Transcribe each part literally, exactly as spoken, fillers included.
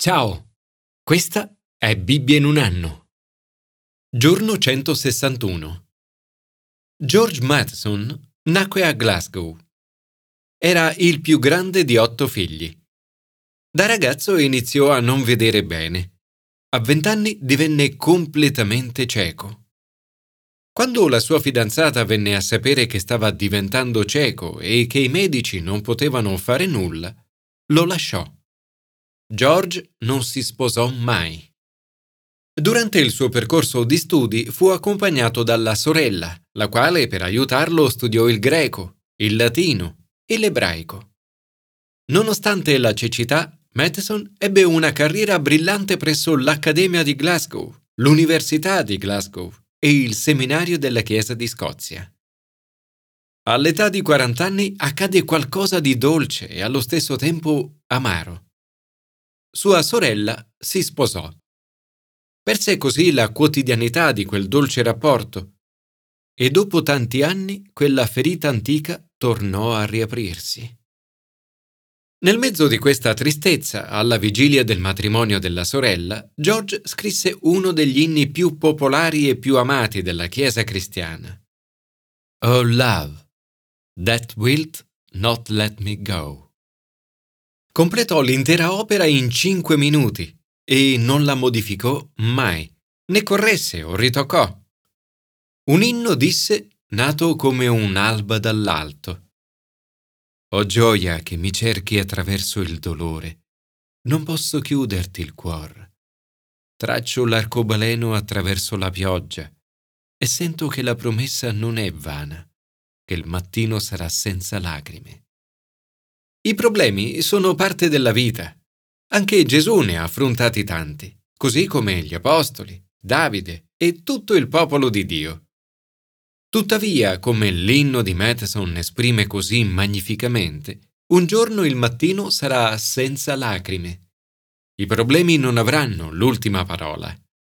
Ciao, questa è Bibbia in un anno. Giorno centosessantuno. George Matheson nacque a Glasgow. Era il più grande di otto figli. Da ragazzo iniziò a non vedere bene. A vent'anni divenne completamente cieco. Quando la sua fidanzata venne a sapere che stava diventando cieco e che i medici non potevano fare nulla, lo lasciò. George non si sposò mai. Durante il suo percorso di studi fu accompagnato dalla sorella, la quale per aiutarlo studiò il greco, il latino e l'ebraico. Nonostante la cecità, Matheson ebbe una carriera brillante presso l'Accademia di Glasgow, l'Università di Glasgow e il Seminario della Chiesa di Scozia. All'età di quaranta anni accadde qualcosa di dolce e allo stesso tempo amaro. Sua sorella si sposò. Perse così la quotidianità di quel dolce rapporto e dopo tanti anni quella ferita antica tornò a riaprirsi. Nel mezzo di questa tristezza, alla vigilia del matrimonio della sorella, George scrisse uno degli inni più popolari e più amati della Chiesa cristiana. Oh love, that wilt not let me go. Completò l'intera opera in cinque minuti e non la modificò mai, né corresse o ritoccò. Un inno, disse, nato come un'alba dall'alto. O gioia che mi cerchi attraverso il dolore, non posso chiuderti il cuor. Traccio l'arcobaleno attraverso la pioggia e sento che la promessa non è vana, che il mattino sarà senza lacrime. I problemi sono parte della vita. Anche Gesù ne ha affrontati tanti, così come gli apostoli, Davide e tutto il popolo di Dio. Tuttavia, come l'inno di Matheson esprime così magnificamente, un giorno il mattino sarà senza lacrime. I problemi non avranno l'ultima parola.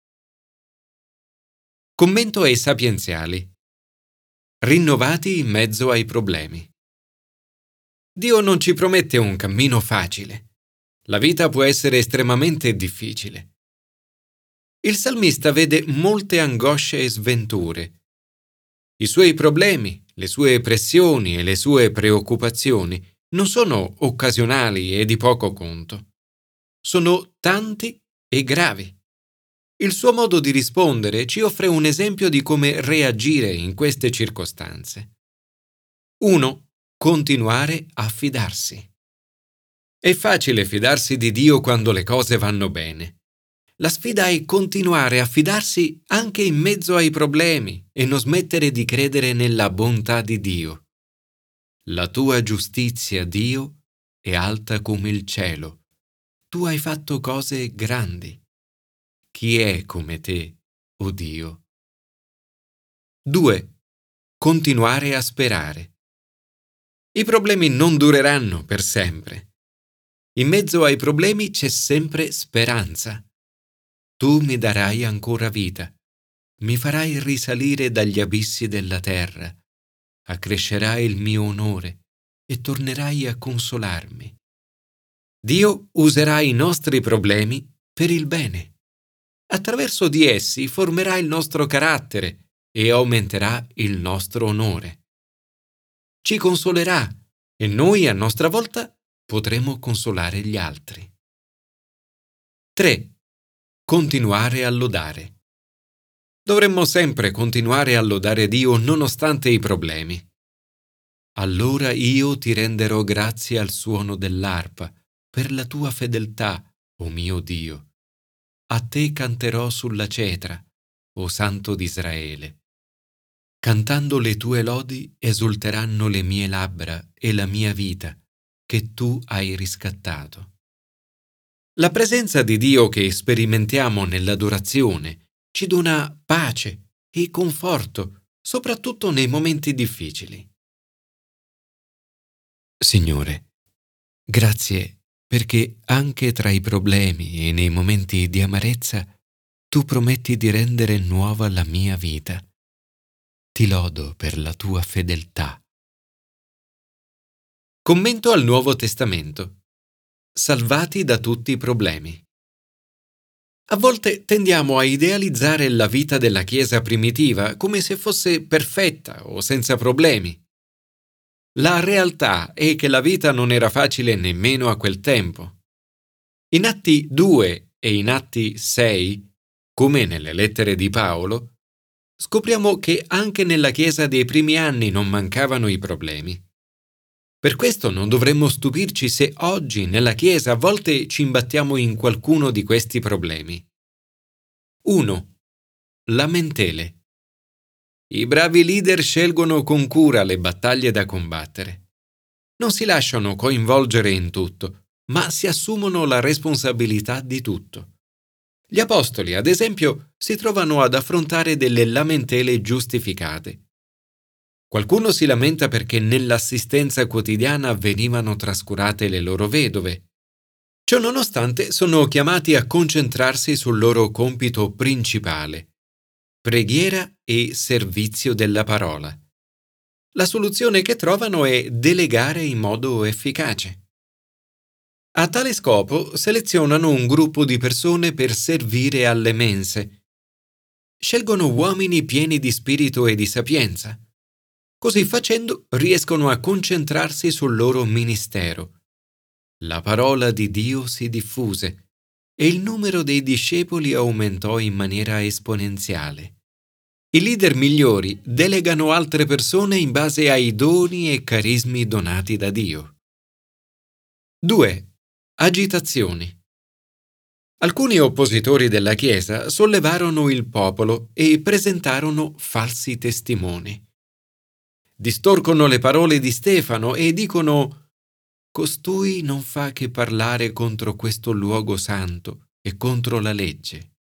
Commento ai sapienziali. Rinnovati in mezzo ai problemi. Dio non ci promette un cammino facile. La vita può essere estremamente difficile. Il salmista vede molte angosce e sventure. I suoi problemi, le sue pressioni e le sue preoccupazioni non sono occasionali e di poco conto. Sono tanti e gravi. Il suo modo di rispondere ci offre un esempio di come reagire in queste circostanze. uno. Continuare a fidarsi. È facile fidarsi di Dio quando le cose vanno bene. La sfida è continuare a fidarsi anche in mezzo ai problemi e non smettere di credere nella bontà di Dio. La tua giustizia, Dio, è alta come il cielo. Tu hai fatto cose grandi. Chi è come te, o Dio? due. Continuare a sperare. I problemi non dureranno per sempre. In mezzo ai problemi c'è sempre speranza. Tu mi darai ancora vita, mi farai risalire dagli abissi della terra, accrescerai il mio onore e tornerai a consolarmi. Dio userà i nostri problemi per il bene. Attraverso di essi formerà il nostro carattere e aumenterà il nostro onore. Ci consolerà e noi a nostra volta potremo consolare gli altri. tre. Continuare a lodare. Dovremmo sempre continuare a lodare Dio nonostante i problemi. Allora io ti renderò grazie al suono dell'arpa per la tua fedeltà, o mio Dio. A te canterò sulla cetra, o Santo d'Israele. Cantando le tue lodi esulteranno le mie labbra e la mia vita, che tu hai riscattato. La presenza di Dio che sperimentiamo nell'adorazione ci dona pace e conforto, soprattutto nei momenti difficili. Signore, grazie perché anche tra i problemi e nei momenti di amarezza tu prometti di rendere nuova la mia vita. Ti lodo per la tua fedeltà. Commento al Nuovo Testamento. Salvati da tutti i problemi. A volte tendiamo a idealizzare la vita della Chiesa primitiva come se fosse perfetta o senza problemi. La realtà è che la vita non era facile nemmeno a quel tempo. In Atti due e in Atti sei, come nelle lettere di Paolo, scopriamo che anche nella Chiesa dei primi anni non mancavano i problemi. Per questo non dovremmo stupirci se oggi nella Chiesa a volte ci imbattiamo in qualcuno di questi problemi. uno. Lamentele. I bravi leader scelgono con cura le battaglie da combattere. Non si lasciano coinvolgere in tutto, ma si assumono la responsabilità di tutto. Gli apostoli, ad esempio, si trovano ad affrontare delle lamentele giustificate. Qualcuno si lamenta perché nell'assistenza quotidiana venivano trascurate le loro vedove. Ciononostante sono chiamati a concentrarsi sul loro compito principale: preghiera e servizio della parola. La soluzione che trovano è delegare in modo efficace. A tale scopo selezionano un gruppo di persone per servire alle mense. Scelgono uomini pieni di spirito e di sapienza. Così facendo riescono a concentrarsi sul loro ministero. La parola di Dio si diffuse e il numero dei discepoli aumentò in maniera esponenziale. I leader migliori delegano altre persone in base ai doni e carismi donati da Dio. due. Agitazioni. Alcuni oppositori della Chiesa sollevarono il popolo e presentarono falsi testimoni. Distorcono le parole di Stefano e dicono: «Costui non fa che parlare contro questo luogo santo e contro la legge».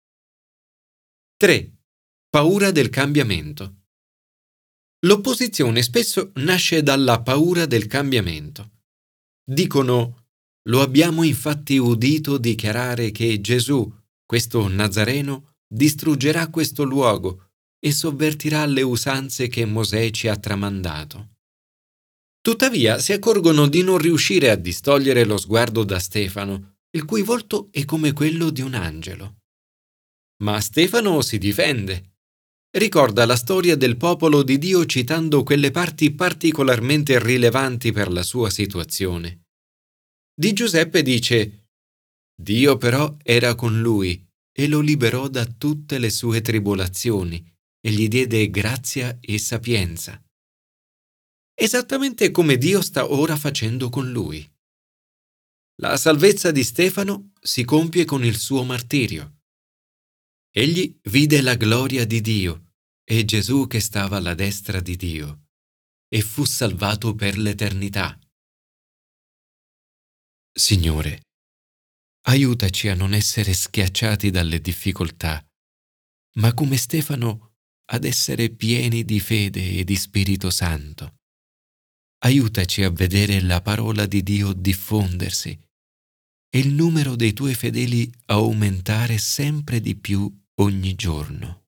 tre. Paura del cambiamento. L'opposizione spesso nasce dalla paura del cambiamento. Dicono: «Lo abbiamo infatti udito dichiarare che Gesù, questo Nazareno, distruggerà questo luogo e sovvertirà le usanze che Mosè ci ha tramandato». Tuttavia si accorgono di non riuscire a distogliere lo sguardo da Stefano, il cui volto è come quello di un angelo. Ma Stefano si difende. Ricorda la storia del popolo di Dio citando quelle parti particolarmente rilevanti per la sua situazione. Di Giuseppe dice: «Dio però era con lui e lo liberò da tutte le sue tribolazioni e gli diede grazia e sapienza». Esattamente come Dio sta ora facendo con lui. La salvezza di Stefano si compie con il suo martirio. Egli vide la gloria di Dio e Gesù che stava alla destra di Dio e fu salvato per l'eternità. Signore, aiutaci a non essere schiacciati dalle difficoltà, ma come Stefano ad essere pieni di fede e di Spirito Santo. Aiutaci a vedere la parola di Dio diffondersi e il numero dei tuoi fedeli aumentare sempre di più ogni giorno.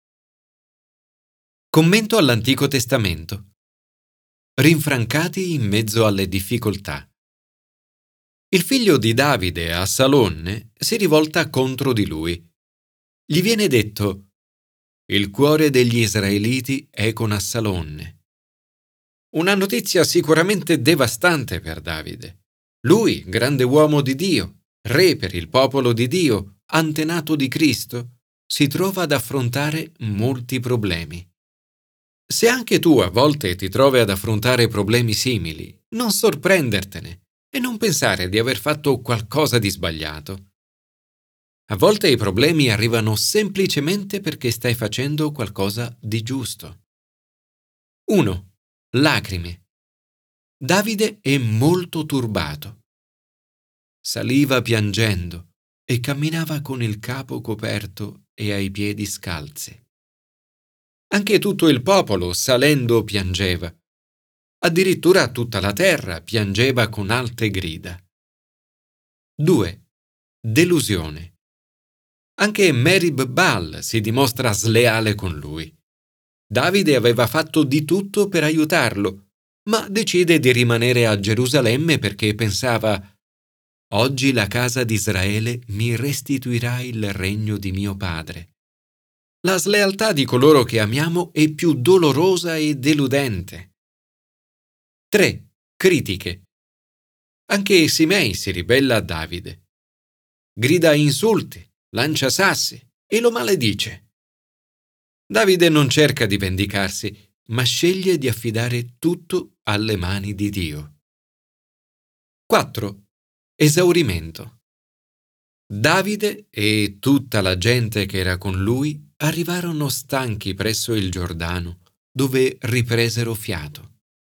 Commento all'Antico Testamento. Rinfrancati in mezzo alle difficoltà. Il figlio di Davide, Assalonne, si rivolta contro di lui. Gli viene detto: «Il cuore degli israeliti è con Assalonne». Una notizia sicuramente devastante per Davide. Lui, grande uomo di Dio, re per il popolo di Dio, antenato di Cristo, si trova ad affrontare molti problemi. Se anche tu a volte ti trovi ad affrontare problemi simili, non sorprendertene e non pensare di aver fatto qualcosa di sbagliato. A volte i problemi arrivano semplicemente perché stai facendo qualcosa di giusto. uno. Lacrime. Davide è molto turbato. Saliva piangendo e camminava con il capo coperto e ai piedi scalzi. Anche tutto il popolo, salendo, piangeva. Addirittura tutta la terra piangeva con alte grida. due. Delusione. Anche Merib Baal si dimostra sleale con lui. Davide aveva fatto di tutto per aiutarlo, ma decide di rimanere a Gerusalemme perché pensava: oggi la casa di Israele mi restituirà il regno di mio padre. La slealtà di coloro che amiamo è più dolorosa e deludente. tre. Critiche. Anche Simei si ribella a Davide. Grida insulti, lancia sassi e lo maledice. Davide non cerca di vendicarsi, ma sceglie di affidare tutto alle mani di Dio. quattro. Esaurimento. Davide e tutta la gente che era con lui arrivarono stanchi presso il Giordano, dove ripresero fiato.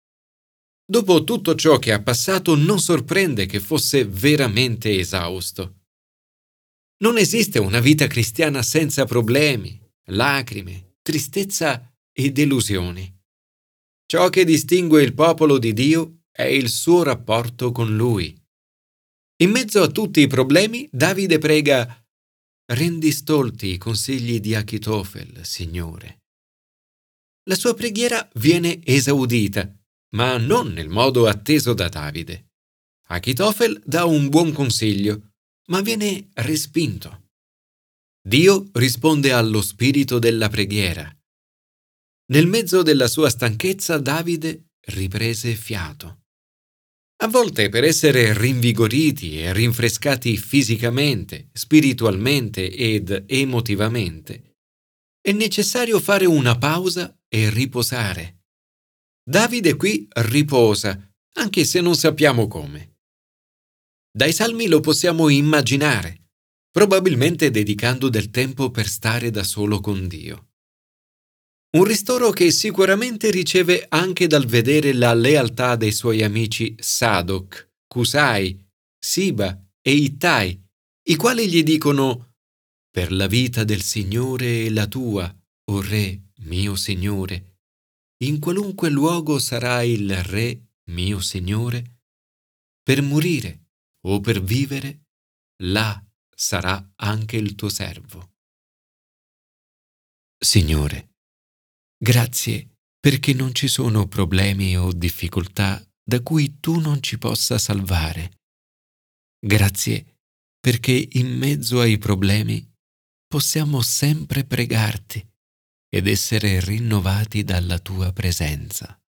Dopo tutto ciò che ha passato, non sorprende che fosse veramente esausto. Non esiste una vita cristiana senza problemi, lacrime, tristezza e delusioni. Ciò che distingue il popolo di Dio è il suo rapporto con Lui. In mezzo a tutti i problemi, Davide prega: «Rendi stolti i consigli di Achitofel, Signore». La sua preghiera viene esaudita, ma non nel modo atteso da Davide. Achitofel dà un buon consiglio, ma viene respinto. Dio risponde allo spirito della preghiera. Nel mezzo della sua stanchezza, Davide riprese fiato. A volte, per essere rinvigoriti e rinfrescati fisicamente, spiritualmente ed emotivamente, è necessario fare una pausa e riposare. Davide qui riposa, anche se non sappiamo come. Dai salmi lo possiamo immaginare, probabilmente dedicando del tempo per stare da solo con Dio. Un ristoro che sicuramente riceve anche dal vedere la lealtà dei suoi amici Sadoc, Cusai, Siba e Ittai, i quali gli dicono: «Per la vita del Signore e la tua, o Re, mio Signore, in qualunque luogo sarà il Re, mio Signore, per morire o per vivere, là sarà anche il tuo servo». Signore, grazie perché non ci sono problemi o difficoltà da cui tu non ci possa salvare. Grazie perché in mezzo ai problemi possiamo sempre pregarti ed essere rinnovati dalla tua presenza.